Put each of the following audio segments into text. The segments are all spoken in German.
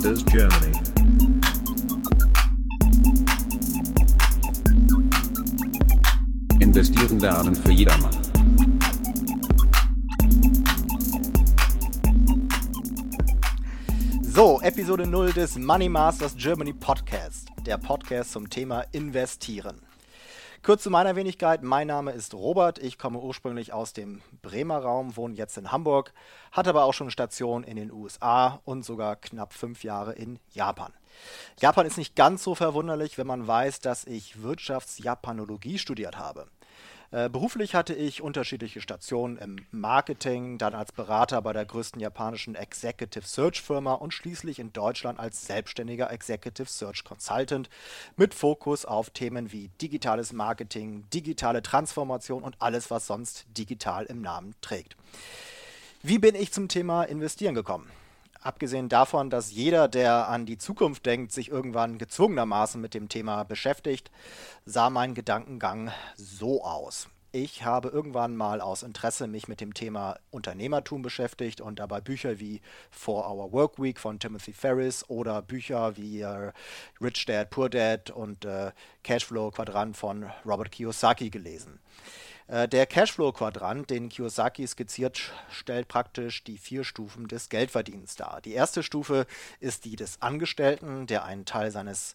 Masters Germany. Investieren lernen für jedermann. So, Episode 0 des Money Masters Germany Podcast, der Podcast zum Thema Investieren. Kurz zu meiner Wenigkeit, mein Name ist Robert, ich komme ursprünglich aus dem Bremer Raum, wohne jetzt in Hamburg, hatte aber auch schon Stationen in den USA und sogar knapp 5 Jahre in Japan. Japan ist nicht ganz so verwunderlich, wenn man weiß, dass ich Wirtschaftsjapanologie studiert habe. Beruflich hatte ich unterschiedliche Stationen im Marketing, dann als Berater bei der größten japanischen Executive Search Firma und schließlich in Deutschland als selbstständiger Executive Search Consultant mit Fokus auf Themen wie digitales Marketing, digitale Transformation und alles, was sonst digital im Namen trägt. Wie bin ich zum Thema Investieren gekommen? Abgesehen davon, dass jeder, der an die Zukunft denkt, sich irgendwann gezwungenermaßen mit dem Thema beschäftigt, sah mein Gedankengang so aus. Ich habe irgendwann mal aus Interesse mich mit dem Thema Unternehmertum beschäftigt und dabei Bücher wie 4-Hour Workweek von Timothy Ferriss oder Bücher wie Rich Dad, Poor Dad und Cashflow Quadrant von Robert Kiyosaki gelesen. Der Cashflow-Quadrant, den Kiyosaki skizziert, stellt praktisch die 4 Stufen des Geldverdienens dar. Die erste Stufe ist die des Angestellten, der einen Teil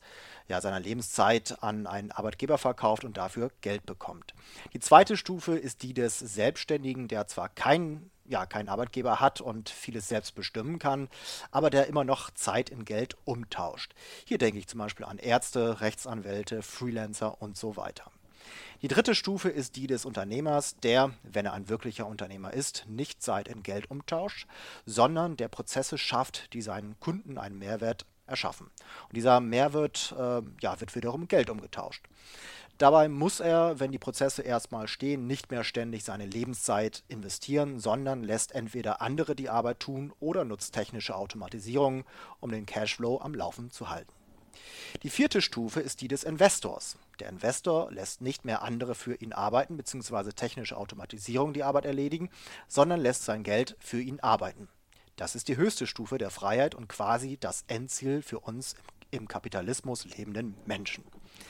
seiner Lebenszeit an einen Arbeitgeber verkauft und dafür Geld bekommt. Die zweite Stufe ist die des Selbstständigen, der zwar keinen Arbeitgeber hat und vieles selbst bestimmen kann, aber der immer noch Zeit in Geld umtauscht. Hier denke ich zum Beispiel an Ärzte, Rechtsanwälte, Freelancer und so weiter. Die dritte Stufe ist die des Unternehmers, der, wenn er ein wirklicher Unternehmer ist, nicht Zeit in Geld umtauscht, sondern der Prozesse schafft, die seinen Kunden einen Mehrwert erschaffen. Und dieser Mehrwert wird wiederum in Geld umgetauscht. Dabei muss er, wenn die Prozesse erstmal stehen, nicht mehr ständig seine Lebenszeit investieren, sondern lässt entweder andere die Arbeit tun oder nutzt technische Automatisierung, um den Cashflow am Laufen zu halten. Die vierte Stufe ist die des Investors. Der Investor lässt nicht mehr andere für ihn arbeiten bzw. technische Automatisierung die Arbeit erledigen, sondern lässt sein Geld für ihn arbeiten. Das ist die höchste Stufe der Freiheit und quasi das Endziel für uns im Kapitalismus lebenden Menschen.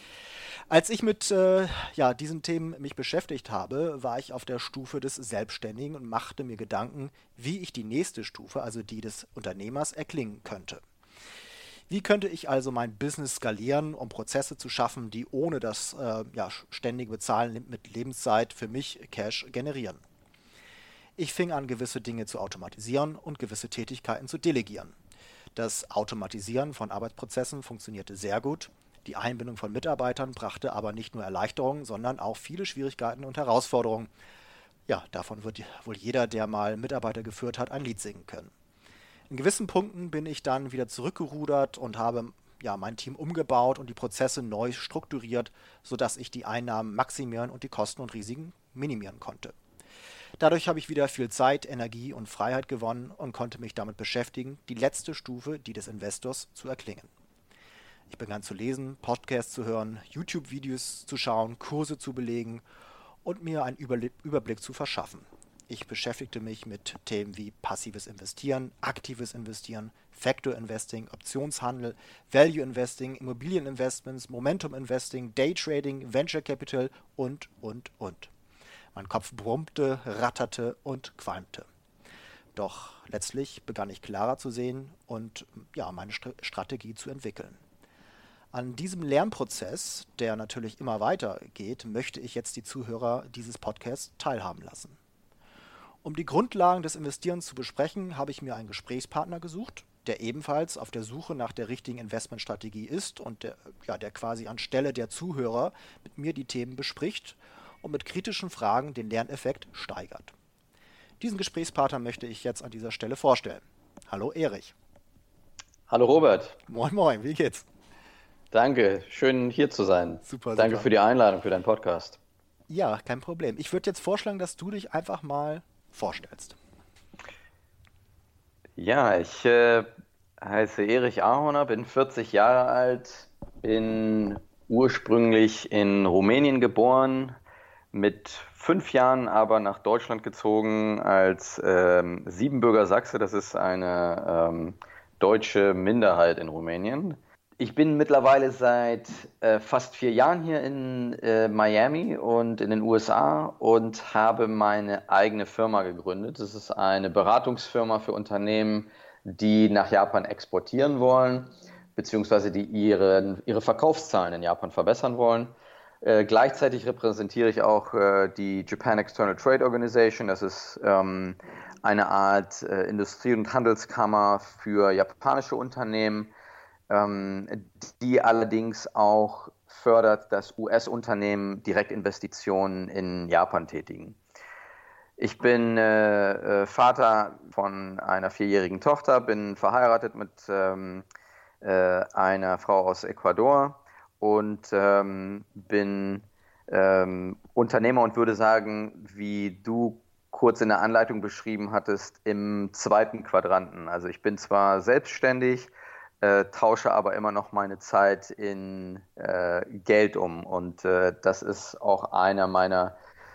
Als ich mit diesen Themen mich beschäftigt habe, war ich auf der Stufe des Selbstständigen und machte mir Gedanken, wie ich die nächste Stufe, also die des Unternehmers, erklingen könnte. Wie könnte ich also mein Business skalieren, um Prozesse zu schaffen, die ohne das ständige Bezahlen mit Lebenszeit für mich Cash generieren? Ich fing an, gewisse Dinge zu automatisieren und gewisse Tätigkeiten zu delegieren. Das Automatisieren von Arbeitsprozessen funktionierte sehr gut. Die Einbindung von Mitarbeitern brachte aber nicht nur Erleichterungen, sondern auch viele Schwierigkeiten und Herausforderungen. Ja, davon wird wohl jeder, der mal Mitarbeiter geführt hat, ein Lied singen können. In gewissen Punkten bin ich dann wieder zurückgerudert und habe mein Team umgebaut und die Prozesse neu strukturiert, sodass ich die Einnahmen maximieren und die Kosten und Risiken minimieren konnte. Dadurch habe ich wieder viel Zeit, Energie und Freiheit gewonnen und konnte mich damit beschäftigen, die letzte Stufe, die des Investors, zu erklingen. Ich begann zu lesen, Podcasts zu hören, YouTube-Videos zu schauen, Kurse zu belegen und mir einen Überblick zu verschaffen. Ich beschäftigte mich mit Themen wie passives Investieren, aktives Investieren, Factor Investing, Optionshandel, Value Investing, Immobilieninvestments, Momentum Investing, Daytrading, Venture Capital und. Mein Kopf brummte, ratterte und qualmte. Doch letztlich begann ich klarer zu sehen und meine Strategie zu entwickeln. An diesem Lernprozess, der natürlich immer weitergeht, möchte ich jetzt die Zuhörer dieses Podcasts teilhaben lassen. Um die Grundlagen des Investierens zu besprechen, habe ich mir einen Gesprächspartner gesucht, der ebenfalls auf der Suche nach der richtigen Investmentstrategie ist und der quasi anstelle der Zuhörer mit mir die Themen bespricht und mit kritischen Fragen den Lerneffekt steigert. Diesen Gesprächspartner möchte ich jetzt an dieser Stelle vorstellen. Hallo Erich. Hallo Robert. Moin moin, wie geht's? Danke, schön hier zu sein. Super. Danke für die Einladung für deinen Podcast. Ja, kein Problem. Ich würde jetzt vorschlagen, dass du dich einfach mal vorstellst. Ja, ich heiße Erich Ahoner, bin 40 Jahre alt, bin ursprünglich in Rumänien geboren, mit 5 Jahren aber nach Deutschland gezogen als Siebenbürger Sachse. Das ist eine deutsche Minderheit in Rumänien. Ich bin mittlerweile seit fast 4 Jahren hier in Miami und in den USA und habe meine eigene Firma gegründet. Das ist eine Beratungsfirma für Unternehmen, die nach Japan exportieren wollen, beziehungsweise die ihre Verkaufszahlen in Japan verbessern wollen. Gleichzeitig repräsentiere ich auch die Japan External Trade Organization. Das ist eine Art Industrie- und Handelskammer für japanische Unternehmen, die allerdings auch fördert, dass US-Unternehmen Direktinvestitionen in Japan tätigen. Ich bin Vater von einer 4-jährigen Tochter, bin verheiratet mit einer Frau aus Ecuador und bin Unternehmer und würde sagen, wie du kurz in der Anleitung beschrieben hattest, im 2. Quadranten. Also ich bin zwar selbstständig, tausche aber immer noch meine Zeit in Geld um. Und das ist auch einer meiner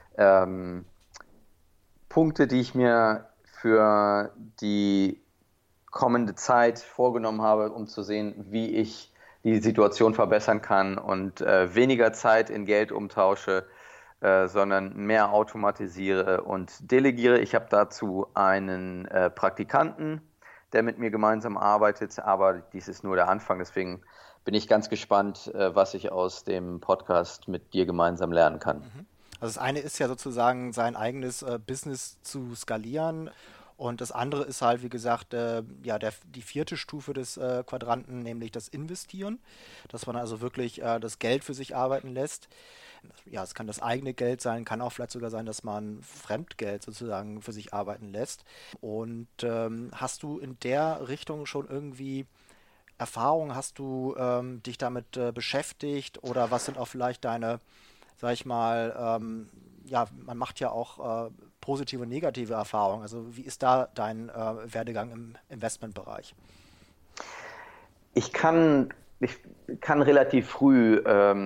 Punkte, die ich mir für die kommende Zeit vorgenommen habe, um zu sehen, wie ich die Situation verbessern kann und weniger Zeit in Geld umtausche, sondern mehr automatisiere und delegiere. Ich habe dazu einen Praktikanten, der mit mir gemeinsam arbeitet, aber dies ist nur der Anfang, deswegen bin ich ganz gespannt, was ich aus dem Podcast mit dir gemeinsam lernen kann. Also das eine ist ja sozusagen sein eigenes Business zu skalieren und das andere ist halt, wie gesagt, die 4. Stufe des Quadranten, nämlich das Investieren, dass man also wirklich das Geld für sich arbeiten lässt. Ja, es kann das eigene Geld sein, kann auch vielleicht sogar sein, dass man Fremdgeld sozusagen für sich arbeiten lässt. Und hast du in der Richtung schon irgendwie Erfahrung, hast du dich damit beschäftigt oder was sind auch vielleicht deine, sag ich mal, man macht ja auch positive und negative Erfahrungen. Also wie ist da dein Werdegang im Investmentbereich? Ich kann relativ früh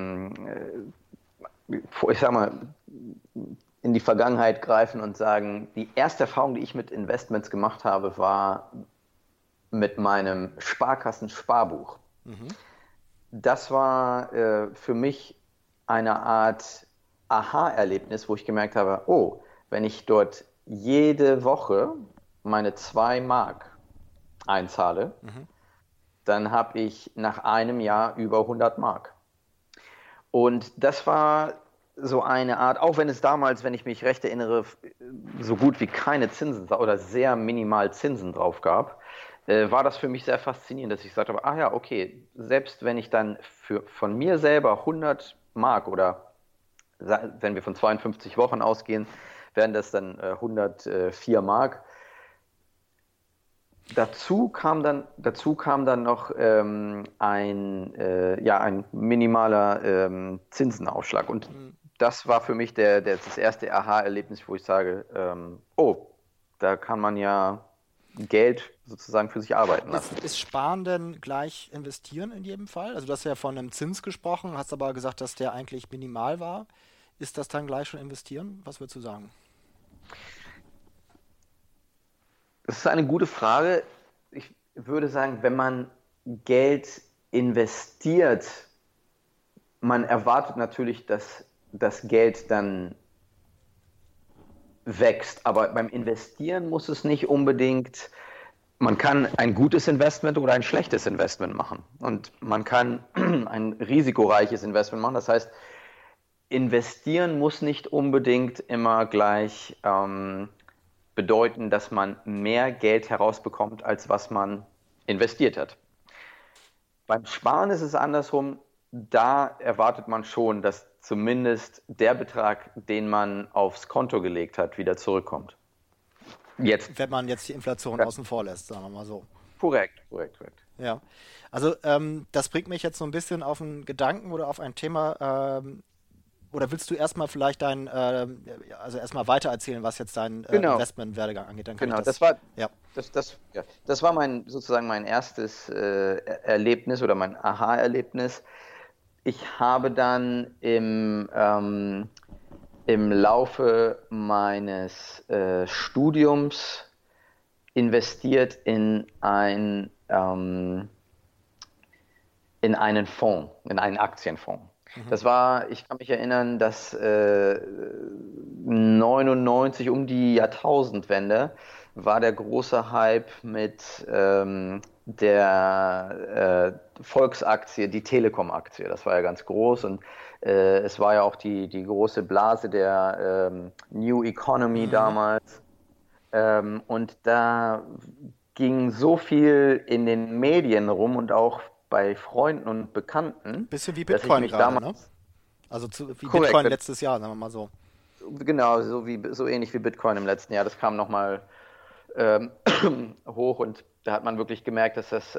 ich sag mal, in die Vergangenheit greifen und sagen, die erste Erfahrung, die ich mit Investments gemacht habe, war mit meinem Sparkassen-Sparbuch. Das war für mich eine Art Aha-Erlebnis, wo ich gemerkt habe, oh, wenn ich dort jede Woche meine 2 Mark einzahle, dann habe ich nach einem Jahr über 100 Mark. Und das war so eine Art, auch wenn es damals, wenn ich mich recht erinnere, so gut wie keine Zinsen oder sehr minimal Zinsen drauf gab, war das für mich sehr faszinierend, dass ich gesagt habe, ah ja, okay, selbst wenn ich dann von mir selber 100 Mark oder wenn wir von 52 Wochen ausgehen, wären das dann 104 Mark. Dazu kam dann noch ein minimaler Zinsenaufschlag. Und das war für mich das erste Aha-Erlebnis, wo ich sage, da kann man ja Geld sozusagen für sich arbeiten lassen. Ist Sparen denn gleich investieren in jedem Fall? Also du hast ja von einem Zins gesprochen, hast aber gesagt, dass der eigentlich minimal war. Ist das dann gleich schon investieren? Was würdest du sagen? Das ist eine gute Frage. Ich würde sagen, wenn man Geld investiert, man erwartet natürlich, dass das Geld dann wächst. Aber beim Investieren muss es nicht unbedingt, man kann ein gutes Investment oder ein schlechtes Investment machen. Und man kann ein risikoreiches Investment machen. Das heißt, investieren muss nicht unbedingt immer gleich bedeuten, dass man mehr Geld herausbekommt, als was man investiert hat. Beim Sparen ist es andersrum. Da erwartet man schon, dass zumindest der Betrag, den man aufs Konto gelegt hat, wieder zurückkommt. Wenn man jetzt die Inflation außen vor lässt, sagen wir mal so. Korrekt. Ja, also das bringt mich jetzt so ein bisschen auf einen Gedanken oder auf ein Thema. Oder willst du erstmal vielleicht erstmal weitererzählen, was jetzt dein Investmentwerdegang angeht? Dann kann ich das war mein erstes Erlebnis oder mein Aha-Erlebnis. Ich habe dann im Laufe meines Studiums investiert in ein ähm, in einen Fonds, in einen Aktienfonds. Ich kann mich erinnern, dass 99 um die Jahrtausendwende war der große Hype mit der Volksaktie, die Telekom-Aktie. Das war ja ganz groß und es war ja auch die große Blase der New Economy damals. Und da ging so viel in den Medien rum und auch bei Freunden und Bekannten, Bisschen wie dass ich Bitcoin mich gerade, ne? damals Also wie korrekt, Bitcoin letztes Jahr, sagen wir mal so. genau, so ähnlich wie Bitcoin im letzten Jahr, das kam nochmal ähm, hoch und da hat man wirklich gemerkt, dass das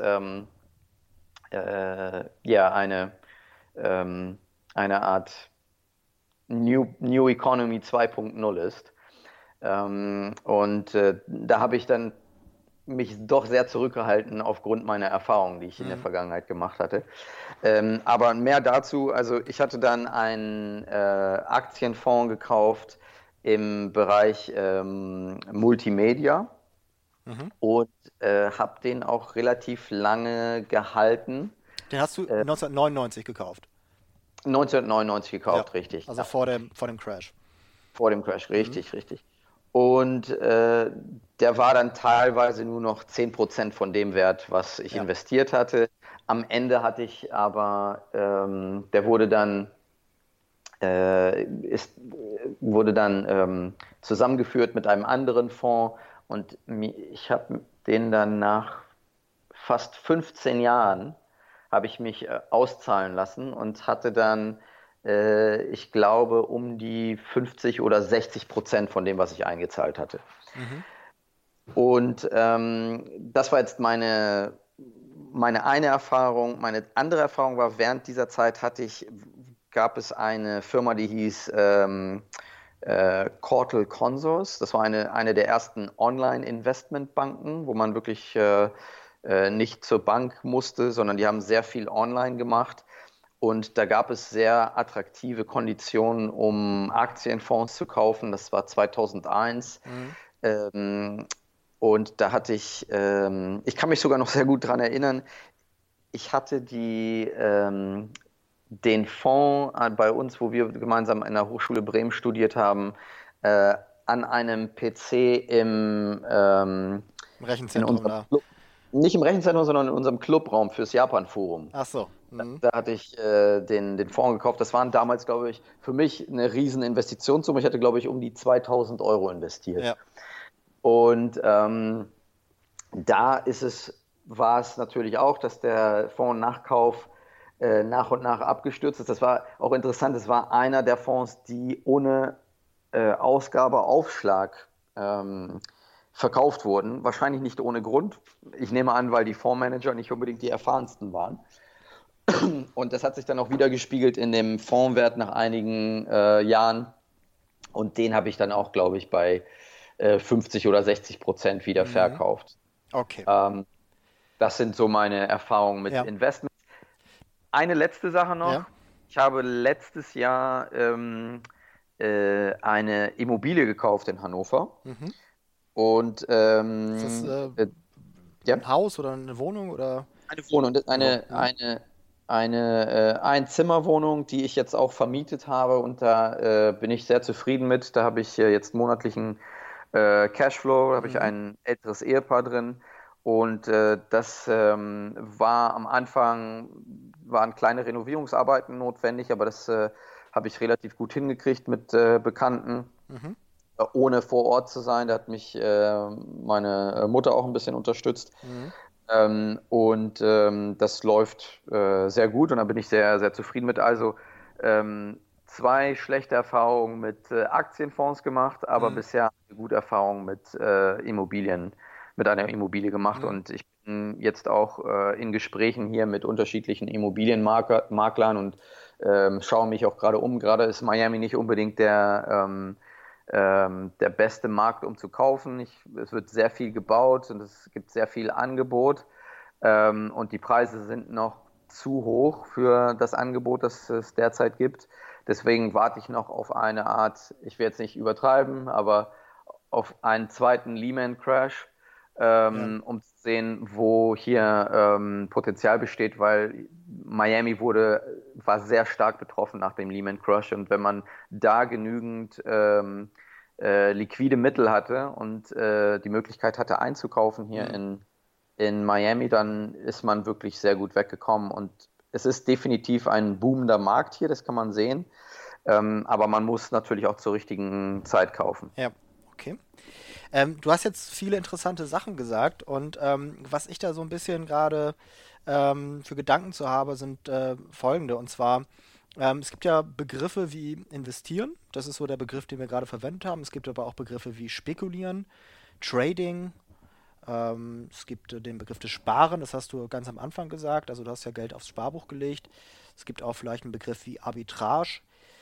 ja ähm, eine Art New Economy 2.0 ist. Da habe ich dann mich doch sehr zurückgehalten aufgrund meiner Erfahrungen, die ich in der Vergangenheit gemacht hatte. Aber mehr dazu, also ich hatte dann einen Aktienfonds gekauft im Bereich Multimedia und habe den auch relativ lange gehalten. Den hast du 1999 gekauft. 1999 Ja. gekauft, richtig. Also vor dem Crash. Vor dem Crash, richtig, richtig. Und der war dann teilweise nur noch 10% von dem Wert, was ich Ja. investiert hatte. Am Ende hatte ich aber, der wurde dann zusammengeführt mit einem anderen Fonds und ich habe den dann nach fast 15 Jahren habe ich mich auszahlen lassen und hatte dann, ich glaube, um die 50 oder 60% von dem, was ich eingezahlt hatte. Und das war jetzt meine eine Erfahrung. Meine andere Erfahrung war, während dieser Zeit gab es eine Firma, die hieß Cortal Consors. Das war eine der ersten Online-Investmentbanken, wo man wirklich nicht zur Bank musste, sondern die haben sehr viel online gemacht. Und da gab es sehr attraktive Konditionen, um Aktienfonds zu kaufen. Das war 2001. Und da hatte ich kann mich sogar noch sehr gut daran erinnern, ich hatte den Fonds bei uns, wo wir gemeinsam in der Hochschule Bremen studiert haben, an einem PC Im in Rechenzentrum unserem da. Club, nicht im Rechenzentrum, sondern in unserem Clubraum fürs Japan-Forum. Ach so. Da hatte ich den Fonds gekauft. Das waren damals, glaube ich, für mich eine riesen Investitionssumme. Ich hatte, glaube ich, um die 2000 Euro investiert. Ja. Und da war es natürlich auch, dass der Fonds-Nachkauf nach und nach abgestürzt ist. Das war auch interessant. Es war einer der Fonds, die ohne Ausgabeaufschlag verkauft wurden. Wahrscheinlich nicht ohne Grund. Ich nehme an, weil die Fondsmanager nicht unbedingt die erfahrensten waren. Und das hat sich dann auch wieder gespiegelt in dem Fondswert nach einigen Jahren. Und den habe ich dann auch, glaube ich, bei 50 oder 60% wieder verkauft. Okay. Das sind so meine Erfahrungen mit Ja. Investments. Eine letzte Sache noch. Ja. Ich habe letztes Jahr eine Immobilie gekauft in Hannover. Und Ist das ja, ein Haus oder eine Wohnung oder? eine Wohnung, eine Einzimmerwohnung, die ich jetzt auch vermietet habe und da bin ich sehr zufrieden mit. Da habe ich jetzt monatlichen Cashflow, da habe ich ein älteres Ehepaar drin und das war am Anfang, waren kleine Renovierungsarbeiten notwendig, aber das habe ich relativ gut hingekriegt mit Bekannten, ohne vor Ort zu sein. Da hat mich meine Mutter auch ein bisschen unterstützt. Das läuft sehr gut und da bin ich sehr, sehr zufrieden mit. Also 2 schlechte Erfahrungen mit Aktienfonds gemacht, aber bisher eine gute Erfahrung mit mit einer Immobilie gemacht. Und ich bin jetzt auch in Gesprächen hier mit unterschiedlichen Immobilienmaklern und schaue mich auch gerade um. Gerade ist Miami nicht unbedingt der beste Markt, um zu kaufen. Es wird sehr viel gebaut und es gibt sehr viel Angebot und die Preise sind noch zu hoch für das Angebot, das es derzeit gibt. Deswegen warte ich noch auf eine Art, ich will jetzt nicht übertreiben, aber auf einen zweiten Lehman Crash, um zu sehen, wo hier Potenzial besteht, weil Miami war sehr stark betroffen nach dem Lehman Crash, und wenn man da genügend liquide Mittel hatte und die Möglichkeit hatte einzukaufen hier in Miami, dann ist man wirklich sehr gut weggekommen, und es ist definitiv ein boomender Markt hier, das kann man sehen, aber man muss natürlich auch zur richtigen Zeit kaufen. Ja, okay. Du hast jetzt viele interessante Sachen gesagt, und was ich da so ein bisschen gerade für Gedanken zu habe, sind folgende. Und zwar, es gibt ja Begriffe wie investieren, das ist so der Begriff, den wir gerade verwendet haben. Es gibt aber auch Begriffe wie spekulieren, Trading. Es gibt den Begriff des Sparen, das hast du ganz am Anfang gesagt, also du hast ja Geld aufs Sparbuch gelegt. Es gibt auch vielleicht einen Begriff wie Arbitrage.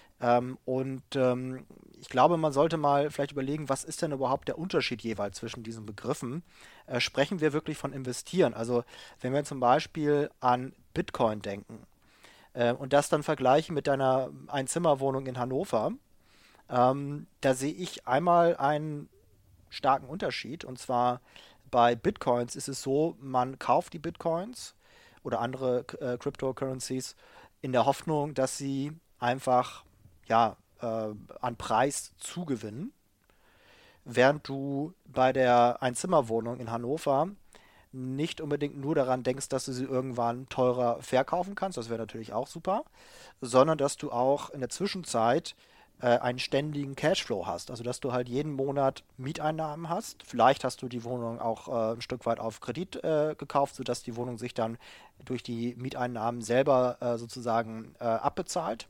Ich glaube, man sollte mal vielleicht überlegen, was ist denn überhaupt der Unterschied jeweils zwischen diesen Begriffen? Sprechen wir wirklich von investieren? Also wenn wir zum Beispiel an Bitcoin denken und das dann vergleichen mit deiner Einzimmerwohnung in Hannover, da sehe ich einmal einen starken Unterschied. Und zwar bei Bitcoins ist es so, man kauft die Bitcoins oder andere Cryptocurrencies in der Hoffnung, dass sie einfach an Preis zugewinnen, während du bei der Einzimmerwohnung in Hannover nicht unbedingt nur daran denkst, dass du sie irgendwann teurer verkaufen kannst, das wäre natürlich auch super, sondern dass du auch in der Zwischenzeit einen ständigen Cashflow hast. Also dass du halt jeden Monat Mieteinnahmen hast. Vielleicht hast du die Wohnung auch ein Stück weit auf Kredit gekauft, sodass die Wohnung sich dann durch die Mieteinnahmen selber sozusagen abbezahlt.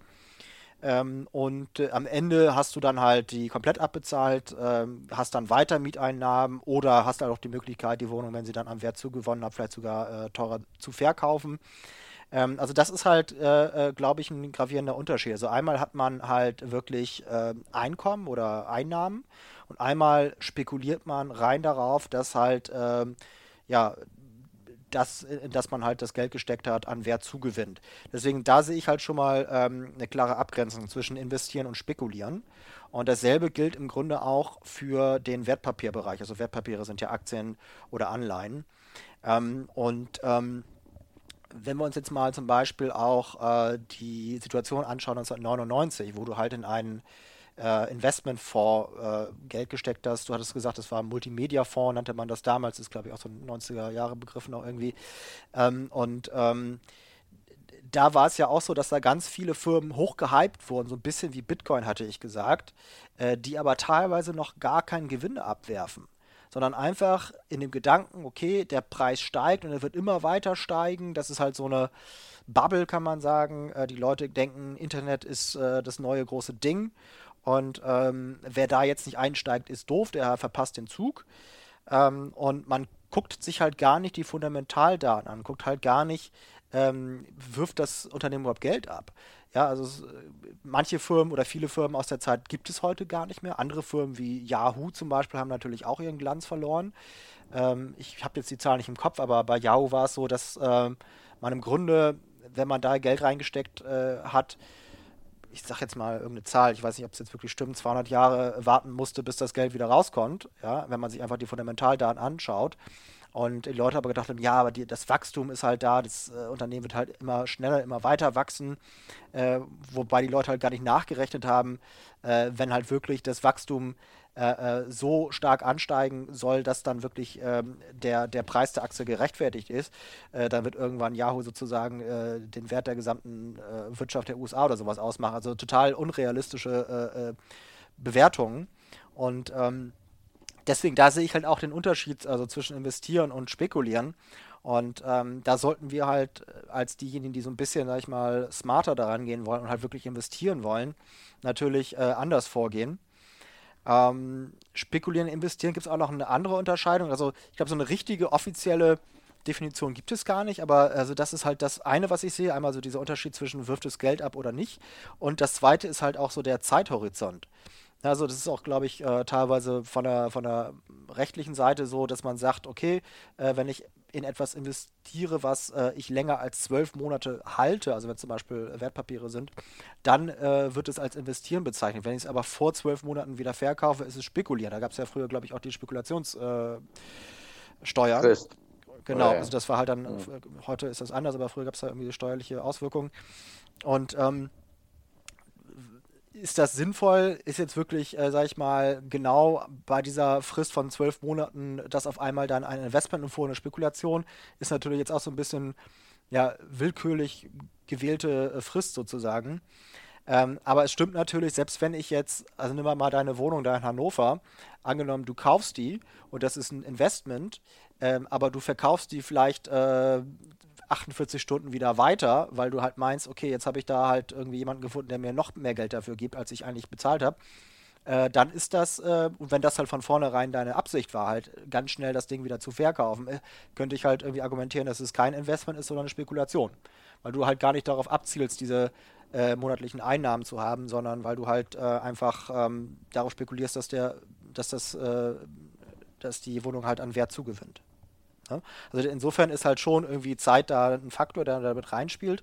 Am Ende hast du dann halt die komplett abbezahlt, hast dann weiter Mieteinnahmen oder hast dann auch die Möglichkeit, die Wohnung, wenn sie dann am Wert zugewonnen hat, vielleicht sogar teurer zu verkaufen. Also das ist halt, glaube ich, ein gravierender Unterschied. Also einmal hat man halt wirklich Einkommen oder Einnahmen und einmal spekuliert man rein darauf, dass halt dass man halt das Geld gesteckt hat, an Wert zugewinnt. Deswegen, da sehe ich halt schon mal eine klare Abgrenzung zwischen investieren und spekulieren. Und dasselbe gilt im Grunde auch für den Wertpapierbereich. Also Wertpapiere sind ja Aktien oder Anleihen. Wenn wir uns jetzt mal zum Beispiel auch die Situation anschauen 1999, wo du halt in einen Investmentfonds Geld gesteckt hast. Du hattest gesagt, das war ein Multimedia-Fonds, nannte man das damals, ist glaube ich auch so ein 90er-Jahre-Begriff noch irgendwie. Da war es ja auch so, dass da ganz viele Firmen hochgehypt wurden, so ein bisschen wie Bitcoin, hatte ich gesagt, die aber teilweise noch gar keinen Gewinn abwerfen, sondern einfach in dem Gedanken, okay, der Preis steigt und er wird immer weiter steigen. Das ist halt so eine Bubble, kann man sagen. Die Leute denken, Internet ist das neue große Ding. Und wer da jetzt nicht einsteigt, ist doof, der verpasst den Zug. Und man guckt sich halt gar nicht die Fundamentaldaten an, guckt halt gar nicht, wirft das Unternehmen überhaupt Geld ab. Ja, also manche Firmen oder viele Firmen aus der Zeit gibt es heute gar nicht mehr. Andere Firmen wie Yahoo zum Beispiel haben natürlich auch ihren Glanz verloren. Ich habe jetzt die Zahl nicht im Kopf, aber bei Yahoo war es so, dass man im Grunde, wenn man da Geld reingesteckt hat, ich sag jetzt mal irgendeine Zahl, ich weiß nicht, ob es jetzt wirklich stimmt, 200 Jahre warten musste, bis das Geld wieder rauskommt, ja, wenn man sich einfach die Fundamentaldaten anschaut. Und die Leute aber gedacht haben, ja, aber das Wachstum ist halt da, das Unternehmen wird halt immer schneller, immer weiter wachsen, wobei die Leute halt gar nicht nachgerechnet haben, wenn halt wirklich das Wachstum so stark ansteigen soll, dass dann wirklich der Preis der Aktie gerechtfertigt ist, dann wird irgendwann Yahoo sozusagen den Wert der gesamten Wirtschaft der USA oder sowas ausmachen. Also total unrealistische Bewertungen. Und deswegen, da sehe ich halt auch den Unterschied also zwischen investieren und spekulieren. Und da sollten wir halt als diejenigen, die so ein bisschen, sag ich mal, smarter daran gehen wollen und halt wirklich investieren wollen, natürlich anders vorgehen. Spekulieren, investieren gibt es auch noch eine andere Unterscheidung. Also ich glaube, so eine richtige offizielle Definition gibt es gar nicht, aber also das ist halt das eine, was ich sehe. Einmal so dieser Unterschied zwischen wirft es Geld ab oder nicht. Und das zweite ist halt auch so der Zeithorizont. Also das ist auch, glaube ich, teilweise von der rechtlichen Seite so, dass man sagt, okay, wenn ich in etwas investiere, was ich länger als 12 Monate halte, also wenn zum Beispiel Wertpapiere sind, dann wird es als Investieren bezeichnet. Wenn ich es aber vor 12 Monaten wieder verkaufe, ist es Spekulieren. Da gab es ja früher, glaube ich, auch die Spekulationssteuer Steuern. Frist. Genau, Ja. also das war halt dann, heute ist das anders, aber früher gab es da irgendwie steuerliche Auswirkungen. Und ist das sinnvoll? Ist jetzt wirklich, sag ich mal, genau bei dieser Frist von 12 Monaten, dass auf einmal dann ein Investment und vorher eine Spekulation, ist natürlich jetzt auch so ein bisschen, ja, willkürlich gewählte Frist sozusagen. Aber es stimmt natürlich, selbst wenn ich jetzt, also nimm mal deine Wohnung da in Hannover, angenommen, du kaufst die und das ist ein Investment, aber du verkaufst die vielleicht 48 Stunden wieder weiter, weil du halt meinst, okay, jetzt habe ich da halt irgendwie jemanden gefunden, der mir noch mehr Geld dafür gibt, als ich eigentlich bezahlt habe, dann ist das, und wenn das halt von vornherein deine Absicht war, halt ganz schnell das Ding wieder zu verkaufen, könnte ich halt irgendwie argumentieren, dass es kein Investment ist, sondern eine Spekulation. Weil du halt gar nicht darauf abzielst, diese monatlichen Einnahmen zu haben, sondern weil du halt einfach darauf spekulierst, dass die Wohnung halt an Wert zugewinnt. Ne? Also insofern ist halt schon irgendwie Zeit da ein Faktor, der damit reinspielt.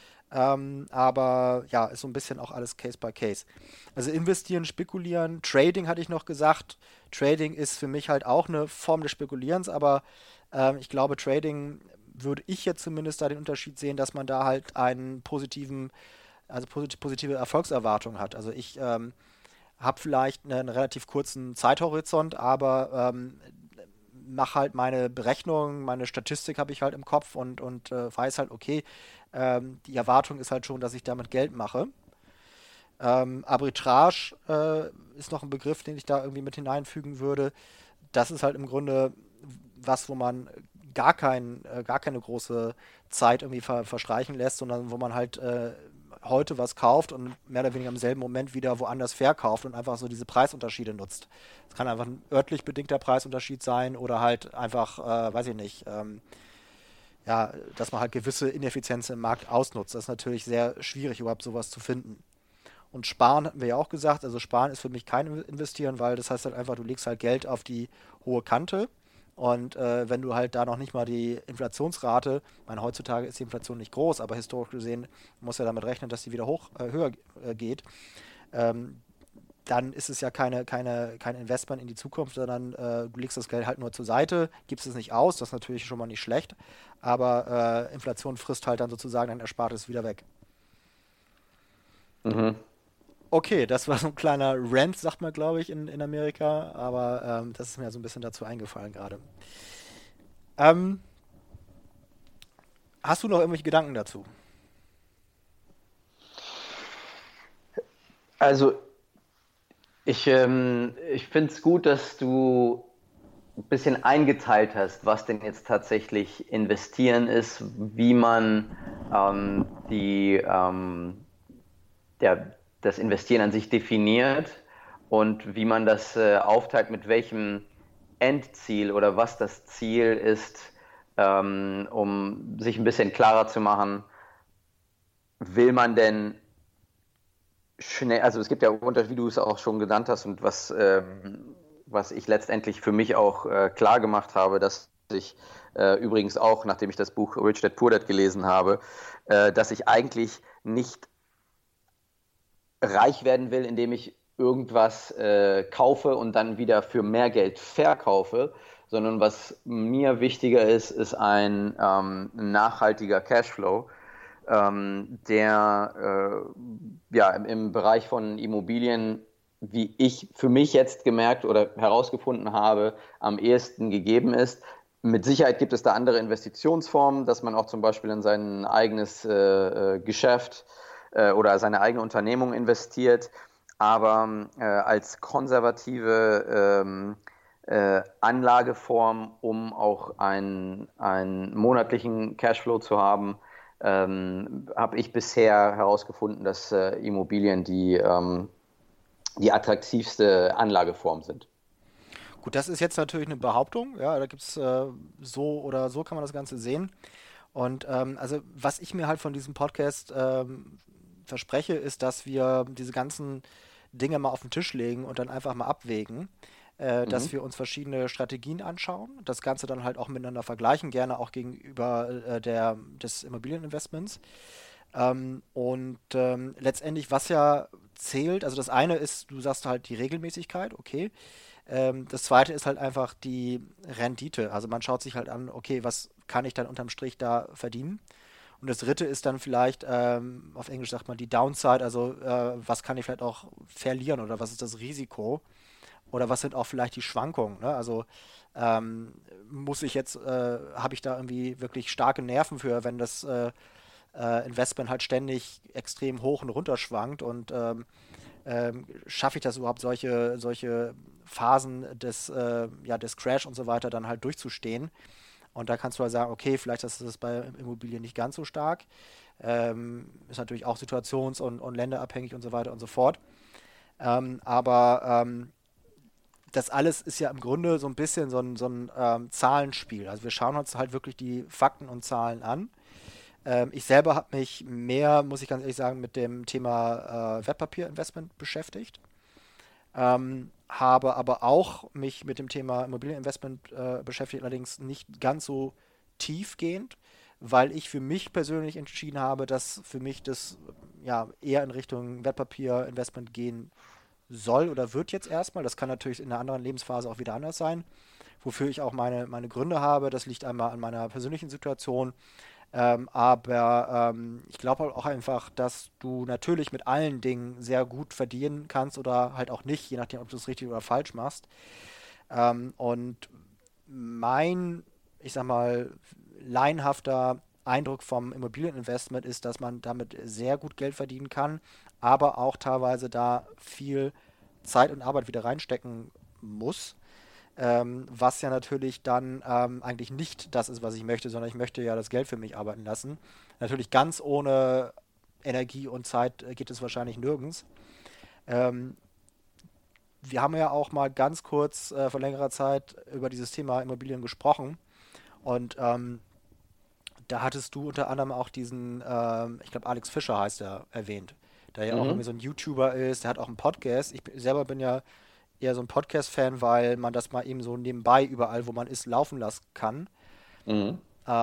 Aber ja, ist so ein bisschen auch alles Case by Case. Also investieren, spekulieren, Trading hatte ich noch gesagt. Trading ist für mich halt auch eine Form des Spekulierens, aber ich glaube, Trading würde ich jetzt zumindest da den Unterschied sehen, dass man da halt einen positive Erfolgserwartung hat. Also ich habe vielleicht einen relativ kurzen Zeithorizont, aber mache halt meine Berechnungen, meine Statistik habe ich halt im Kopf und weiß halt, okay, die Erwartung ist halt schon, dass ich damit Geld mache. Arbitrage ist noch ein Begriff, den ich da irgendwie mit hineinfügen würde. Das ist halt im Grunde was, wo man gar keine große Zeit irgendwie verstreichen lässt, sondern wo man halt heute was kauft und mehr oder weniger im selben Moment wieder woanders verkauft und einfach so diese Preisunterschiede nutzt. Es kann einfach ein örtlich bedingter Preisunterschied sein oder halt einfach, weiß ich nicht, ja, dass man halt gewisse Ineffizienzen im Markt ausnutzt. Das ist natürlich sehr schwierig, überhaupt sowas zu finden. Und Sparen hatten wir ja auch gesagt. Also Sparen ist für mich kein Investieren, weil das heißt halt einfach, du legst halt Geld auf die hohe Kante. Und wenn du halt da noch nicht mal die Inflationsrate, ich meine, heutzutage ist die Inflation nicht groß, aber historisch gesehen muss ja damit rechnen, dass die wieder höher geht, dann ist es ja kein Investment in die Zukunft, sondern du legst das Geld halt nur zur Seite, gibst es nicht aus, das ist natürlich schon mal nicht schlecht, aber Inflation frisst halt dann sozusagen dein Erspartes wieder weg. Mhm. Okay, das war so ein kleiner Rant, sagt man, glaube ich, in Amerika, aber das ist mir so ein bisschen dazu eingefallen gerade. Ähm, Hast du noch irgendwelche Gedanken dazu? Also ich finde es gut, dass du ein bisschen eingeteilt hast, was denn jetzt tatsächlich investieren ist, wie man die das Investieren an sich definiert und wie man das aufteilt, mit welchem Endziel oder was das Ziel ist, um sich ein bisschen klarer zu machen, will man denn schnell, also es gibt ja Unterschiede, wie du es auch schon genannt hast und was ich letztendlich für mich auch klar gemacht habe, dass ich übrigens auch, nachdem ich das Buch Rich Dad Poor Dad gelesen habe, dass ich eigentlich nicht reich werden will, indem ich irgendwas kaufe und dann wieder für mehr Geld verkaufe, sondern was mir wichtiger ist, ist ein nachhaltiger Cashflow, der ja im Bereich von Immobilien, wie ich für mich jetzt gemerkt oder herausgefunden habe, am ehesten gegeben ist. Mit Sicherheit gibt es da andere Investitionsformen, dass man auch zum Beispiel in sein eigenes Geschäft oder seine eigene Unternehmung investiert, aber als konservative Anlageform, um auch einen monatlichen Cashflow zu haben, habe ich bisher herausgefunden, dass Immobilien die attraktivste Anlageform sind. Gut, das ist jetzt natürlich eine Behauptung, ja, da gibt es so oder so kann man das Ganze sehen. Und also was ich mir halt von diesem Podcast verspreche, ist, dass wir diese ganzen Dinge mal auf den Tisch legen und dann einfach mal abwägen, dass Mhm. wir uns verschiedene Strategien anschauen, das Ganze dann halt auch miteinander vergleichen, gerne auch gegenüber des Immobilieninvestments. Letztendlich, was ja zählt, also das eine ist, du sagst halt die Regelmäßigkeit, okay. Das zweite ist halt einfach die Rendite. Also man schaut sich halt an, okay, was kann ich dann unterm Strich da verdienen? Und das dritte ist dann vielleicht, auf Englisch sagt man die Downside, also was kann ich vielleicht auch verlieren oder was ist das Risiko? Oder was sind auch vielleicht die Schwankungen? Ne? Also ähm, habe ich da irgendwie wirklich starke Nerven für, wenn das Investment halt ständig extrem hoch und runter schwankt und schaffe ich das überhaupt, solche Phasen des Crash und so weiter dann halt durchzustehen. Und da kannst du halt sagen, okay, vielleicht ist das bei Immobilien nicht ganz so stark. Ist natürlich auch situations- und länderabhängig und so weiter und so fort. Aber das alles ist ja im Grunde so ein bisschen so ein Zahlenspiel. Also wir schauen uns halt wirklich die Fakten und Zahlen an. Ich selber habe mich mehr, muss ich ganz ehrlich sagen, mit dem Thema Wertpapierinvestment beschäftigt. Habe aber auch mich mit dem Thema Immobilieninvestment beschäftigt, allerdings nicht ganz so tiefgehend, weil ich für mich persönlich entschieden habe, dass für mich das ja eher in Richtung Wertpapierinvestment gehen soll oder wird jetzt erstmal. Das kann natürlich in einer anderen Lebensphase auch wieder anders sein, wofür ich auch meine Gründe habe. Das liegt einmal an meiner persönlichen Situation, aber ich glaube halt auch einfach, dass du natürlich mit allen Dingen sehr gut verdienen kannst oder halt auch nicht, je nachdem, ob du es richtig oder falsch machst. Und mein, ich sag mal, laienhafter Eindruck vom Immobilieninvestment ist, dass man damit sehr gut Geld verdienen kann, aber auch teilweise da viel Zeit und Arbeit wieder reinstecken muss. Was ja natürlich dann eigentlich nicht das ist, was ich möchte, sondern ich möchte ja das Geld für mich arbeiten lassen. Natürlich ganz ohne Energie und Zeit geht es wahrscheinlich nirgends. Ähm, Wir haben ja auch mal ganz kurz vor längerer Zeit über dieses Thema Immobilien gesprochen und da hattest du unter anderem auch diesen, ich glaube Alex Fischer heißt er, erwähnt, der ja auch irgendwie Mhm. so ein YouTuber ist, der hat auch einen Podcast. Selber bin ja eher so ein Podcast-Fan, weil man das mal eben so nebenbei überall, wo man ist, laufen lassen kann. Mhm.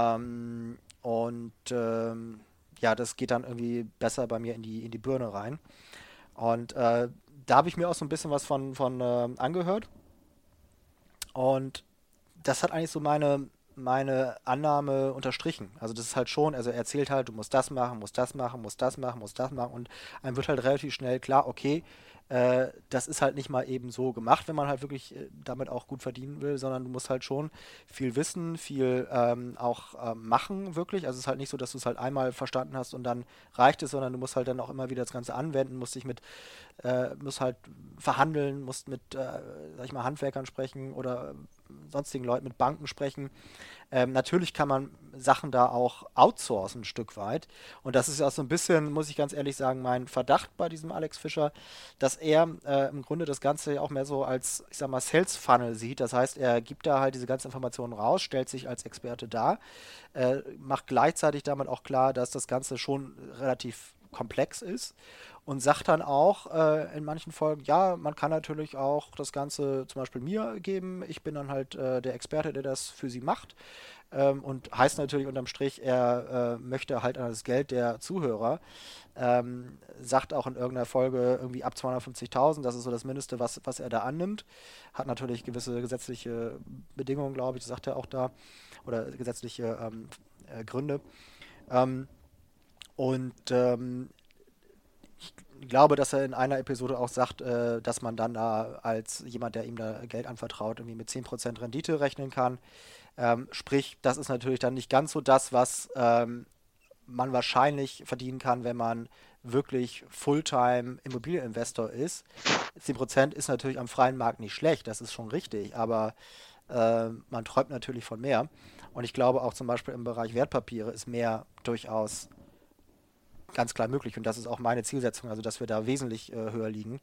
Ja, das geht dann irgendwie besser bei mir in die Birne rein. Und da habe ich mir auch so ein bisschen was von angehört. Und das hat eigentlich so meine Annahme unterstrichen. Also das ist halt schon, also er erzählt halt, du musst das machen, musst das machen, musst das machen, musst das machen und einem wird halt relativ schnell klar, okay, das ist halt nicht mal eben so gemacht, wenn man halt wirklich damit auch gut verdienen will, sondern du musst halt schon viel wissen, viel auch machen wirklich. Also es ist halt nicht so, dass du es halt einmal verstanden hast und dann reicht es, sondern du musst halt dann auch immer wieder das Ganze anwenden, musst halt verhandeln, musst mit, sag ich mal, Handwerkern sprechen oder sonstigen Leuten, mit Banken sprechen. Natürlich kann man Sachen da auch outsourcen ein Stück weit. Und das ist ja auch so ein bisschen, muss ich ganz ehrlich sagen, mein Verdacht bei diesem Alex Fischer, dass er im Grunde das Ganze ja auch mehr so als, ich sag mal, Sales Funnel sieht. Das heißt, er gibt da halt diese ganzen Informationen raus, stellt sich als Experte dar, macht gleichzeitig damit auch klar, dass das Ganze schon relativ komplex ist und sagt dann auch in manchen Folgen, ja, man kann natürlich auch das Ganze zum Beispiel mir geben. Ich bin dann halt der Experte, der das für sie macht. Und heißt natürlich unterm Strich, er möchte halt an das Geld der Zuhörer. Sagt auch in irgendeiner Folge irgendwie ab 250.000, das ist so das Mindeste, was er da annimmt. Hat natürlich gewisse gesetzliche Bedingungen, glaube ich, das sagt er auch da. Oder gesetzliche Gründe. Ähm, und ich glaube, dass er in einer Episode auch sagt, dass man dann da als jemand, der ihm da Geld anvertraut, irgendwie mit 10% Rendite rechnen kann. Sprich, das ist natürlich dann nicht ganz so das, was man wahrscheinlich verdienen kann, wenn man wirklich Fulltime Immobilieninvestor ist. 10% ist natürlich am freien Markt nicht schlecht, das ist schon richtig, aber man träumt natürlich von mehr. Und ich glaube auch zum Beispiel im Bereich Wertpapiere ist mehr durchaus ganz klar möglich. Und das ist auch meine Zielsetzung, also dass wir da wesentlich höher liegen.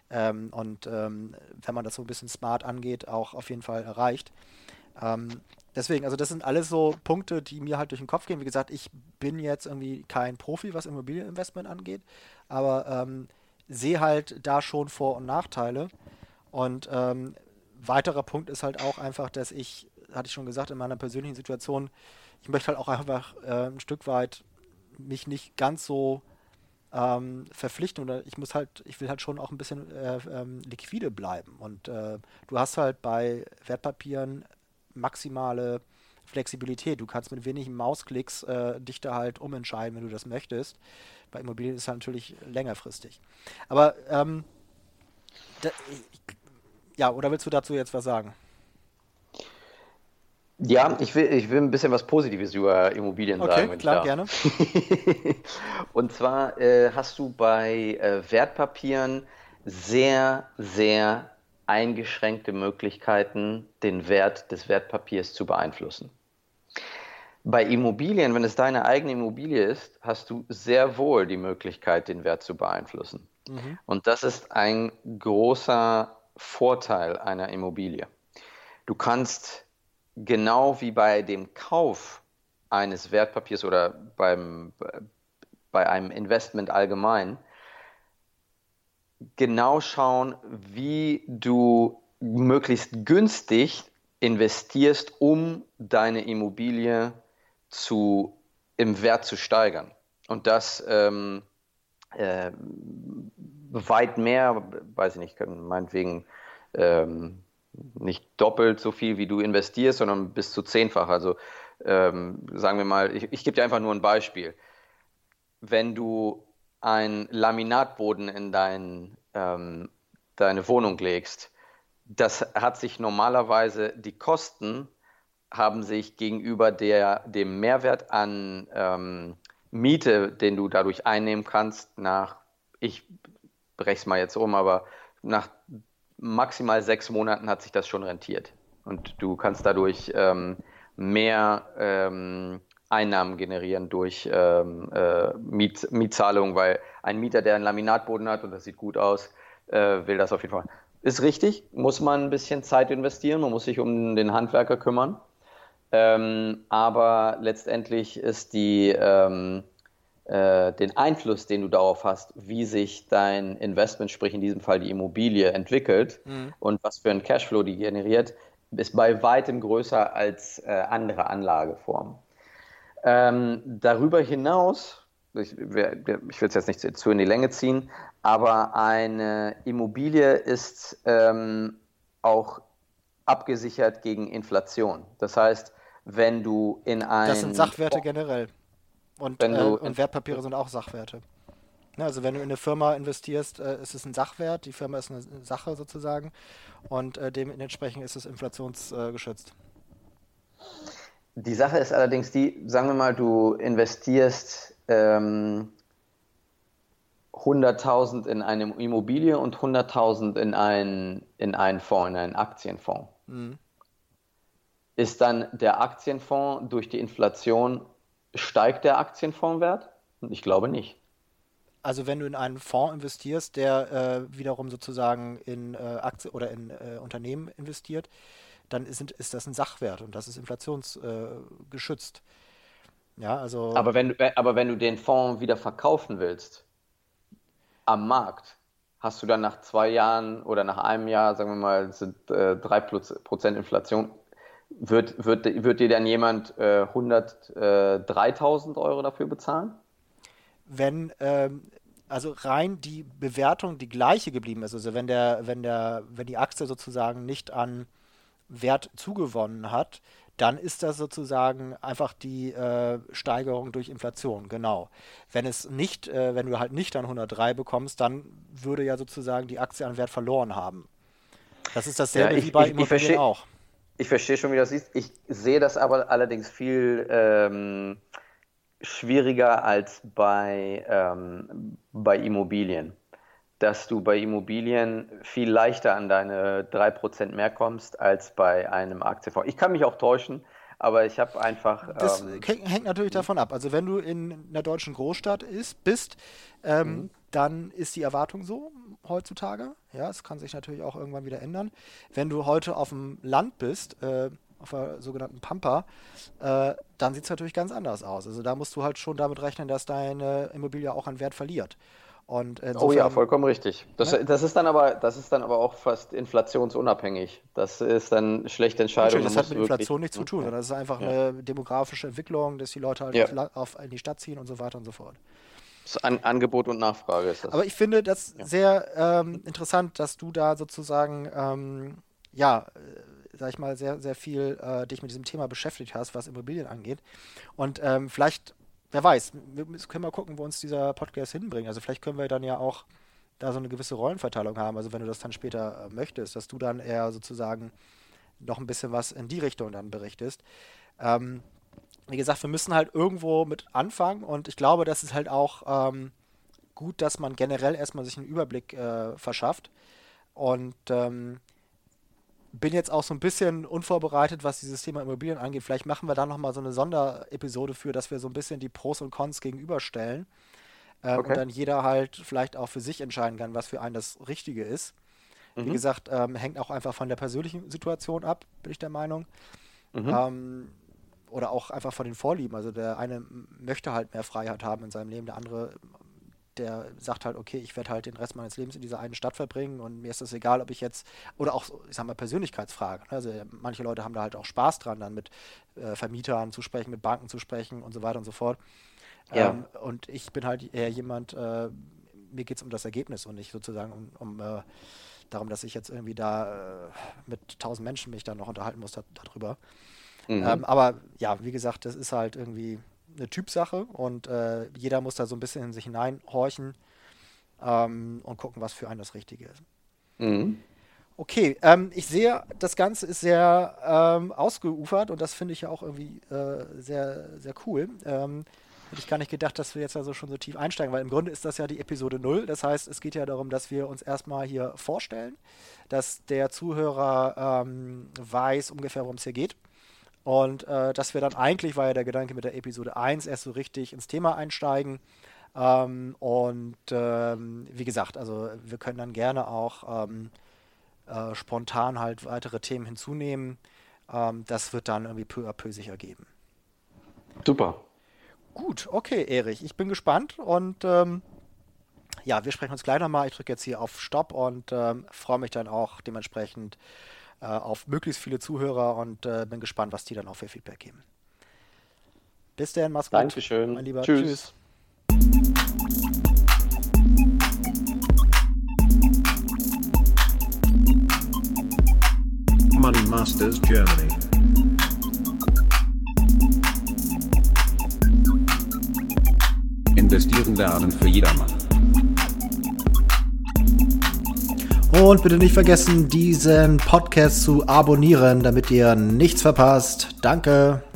Wenn man das so ein bisschen smart angeht, auch auf jeden Fall erreicht. Deswegen, also das sind alles so Punkte, die mir halt durch den Kopf gehen. Wie gesagt, ich bin jetzt irgendwie kein Profi, was Immobilieninvestment angeht, aber sehe halt da schon Vor- und Nachteile. Und weiterer Punkt ist halt auch einfach, dass hatte ich schon gesagt, in meiner persönlichen Situation, ich möchte halt auch einfach ein Stück weit mich nicht ganz so verpflichten oder ich will halt schon auch ein bisschen liquide bleiben. Und du hast halt bei Wertpapieren maximale Flexibilität. Du kannst mit wenigen Mausklicks dich da halt umentscheiden, wenn du das möchtest. Bei Immobilien ist es halt natürlich längerfristig. Aber da, ja, oder willst du dazu jetzt was sagen? Ja, ich will ein bisschen was Positives über Immobilien Okay, sagen, wenn ich klar, darf. gerne. Und zwar hast du bei Wertpapieren sehr, sehr eingeschränkte Möglichkeiten, den Wert des Wertpapiers zu beeinflussen. Bei Immobilien, wenn es deine eigene Immobilie ist, hast du sehr wohl die Möglichkeit, den Wert zu beeinflussen. Mhm. Und das ist ein großer Vorteil einer Immobilie. Du kannst genau wie bei dem Kauf eines Wertpapiers oder bei einem Investment allgemein genau schauen, wie du möglichst günstig investierst, um deine Immobilie im Wert zu steigern. Und das äh, weit mehr, weiß ich nicht, meinetwegen nicht doppelt so viel, wie du investierst, sondern bis zu zehnfach. Also sagen wir mal, ich gebe dir einfach nur ein Beispiel. Wenn du einen Laminatboden in deine Wohnung legst, das hat sich normalerweise, die Kosten haben sich gegenüber dem Mehrwert an Miete, den du dadurch einnehmen kannst, ich breche es mal jetzt um, aber nach maximal 6 Monaten hat sich das schon rentiert. Und du kannst dadurch mehr Einnahmen generieren durch Mietzahlungen, weil ein Mieter, der einen Laminatboden hat und das sieht gut aus, will das auf jeden Fall. Ist richtig, muss man ein bisschen Zeit investieren, man muss sich um den Handwerker kümmern. Aber letztendlich ist den Einfluss, den du darauf hast, wie sich dein Investment, sprich in diesem Fall die Immobilie, entwickelt und was für einen Cashflow die generiert, ist bei weitem größer als andere Anlageformen. Darüber hinaus, ich will es jetzt nicht zu in die Länge ziehen, aber eine Immobilie ist auch abgesichert gegen Inflation. Das heißt, wenn du in Das sind ein Sachwerte generell. wenn du Und Wertpapiere sind auch Sachwerte. Ne, also wenn du in eine Firma investierst, ist es ein Sachwert, die Firma ist eine Sache sozusagen und dementsprechend ist es inflationsgeschützt. Die Sache ist allerdings die, sagen wir mal, du investierst 100.000 in eine Immobilie und 100.000 in einen Fonds, in einen Aktienfonds. Ist dann der Aktienfonds durch die Inflation, steigt der Aktienfondswert? Ich glaube nicht. Also wenn du in einen Fonds investierst, der wiederum sozusagen in Aktien oder in Unternehmen investiert, dann ist das ein Sachwert und das ist inflationsgeschützt. Ja, also Aber wenn du den Fonds wieder verkaufen willst am Markt, hast du dann nach 2 Jahren oder nach einem Jahr, sagen wir mal, es sind 3% Inflation, wird dir dann jemand 103.000 Euro dafür bezahlen? wenn also rein die Bewertung die gleiche geblieben ist, also wenn die Aktie sozusagen nicht an Wert zugewonnen hat, dann ist das sozusagen einfach die Steigerung durch Inflation, genau. Wenn du halt nicht an 103 bekommst, dann würde ja sozusagen die Aktie an Wert verloren haben. Das ist Ja, dasselbe wie bei Immobilien auch. ich verstehe schon, wie das ist. Ich sehe das aber allerdings viel schwieriger als bei Immobilien. Dass du bei Immobilien viel leichter an deine 3% mehr kommst als bei einem Aktienfonds. Ich kann mich auch täuschen, aber ich habe einfach. Das hängt natürlich davon ab. Also wenn du in einer deutschen Großstadt bist, dann ist die Erwartung so heutzutage. Ja, es kann sich natürlich auch irgendwann wieder ändern. Wenn du heute auf dem Land bist, auf der sogenannten Pampa, dann sieht es natürlich ganz anders aus. Also da musst du halt schon damit rechnen, dass deine Immobilie auch an Wert verliert. Und Oh ja, vollkommen richtig. Das ist dann aber auch fast inflationsunabhängig. Das ist dann schlechte Entscheidung. Das hat mit Inflation nichts zu tun, sondern das ist einfach eine demografische Entwicklung, dass die Leute halt in die Stadt ziehen und so weiter und so fort. Angebot und Nachfrage ist das. Aber ich finde das sehr interessant, dass du da sozusagen, sag ich mal, sehr, sehr viel dich mit diesem Thema beschäftigt hast, was Immobilien angeht. Und vielleicht, wer weiß, wir können mal gucken, wo uns dieser Podcast hinbringt. Also vielleicht können wir dann ja auch da so eine gewisse Rollenverteilung haben. Also wenn du das dann später möchtest, dass du dann eher sozusagen noch ein bisschen was in die Richtung dann berichtest. Wie gesagt, wir müssen halt irgendwo mit anfangen und ich glaube, das ist halt auch gut, dass man generell erstmal sich einen Überblick verschafft und bin jetzt auch so ein bisschen unvorbereitet, was dieses Thema Immobilien angeht. Vielleicht machen wir da nochmal so eine Sonderepisode für, dass wir so ein bisschen die Pros und Cons gegenüberstellen und dann jeder halt vielleicht auch für sich entscheiden kann, was für einen das Richtige ist. Wie gesagt, hängt auch einfach von der persönlichen Situation ab, bin ich der Meinung. Oder auch einfach von den Vorlieben. Also der eine möchte halt mehr Freiheit haben in seinem Leben, der andere, der sagt halt, okay, ich werde halt den Rest meines Lebens in dieser einen Stadt verbringen und mir ist das egal, ob ich jetzt, oder auch, ich sag mal, Persönlichkeitsfragen. Also manche Leute haben da halt auch Spaß dran, dann mit Vermietern zu sprechen, mit Banken zu sprechen und so weiter und so fort. Ja. Und ich bin halt eher jemand, mir geht es um das Ergebnis und nicht sozusagen um darum, dass ich jetzt irgendwie da mit 1000 Menschen mich dann noch unterhalten muss darüber. Aber ja, wie gesagt, das ist halt irgendwie eine Typsache und jeder muss da so ein bisschen in sich hineinhorchen und gucken, was für einen das Richtige ist. Okay, ich sehe, das Ganze ist sehr ausgeufert und das finde ich ja auch irgendwie sehr, sehr cool. Hätte ich gar nicht gedacht, dass wir jetzt also schon so tief einsteigen, weil im Grunde ist das ja die Episode 0. Das heißt, es geht ja darum, dass wir uns erstmal hier vorstellen, dass der Zuhörer weiß ungefähr, worum es hier geht. Und dass wir dann eigentlich, war ja der Gedanke mit der Episode 1, erst so richtig ins Thema einsteigen. Wie gesagt, also wir können dann gerne auch spontan halt weitere Themen hinzunehmen. Das wird dann irgendwie peu à peu sich ergeben. Super. Gut, okay, Erich, ich bin gespannt und wir sprechen uns gleich nochmal. Ich drücke jetzt hier auf Stopp und freue mich dann auch dementsprechend auf möglichst viele Zuhörer und bin gespannt, was die dann auch für Feedback geben. Bis dann, mach's gut. Dankeschön. Mein Lieber. Tschüss. Money Masters Germany. Investieren lernen für jedermann. Und bitte nicht vergessen, diesen Podcast zu abonnieren, damit ihr nichts verpasst. Danke.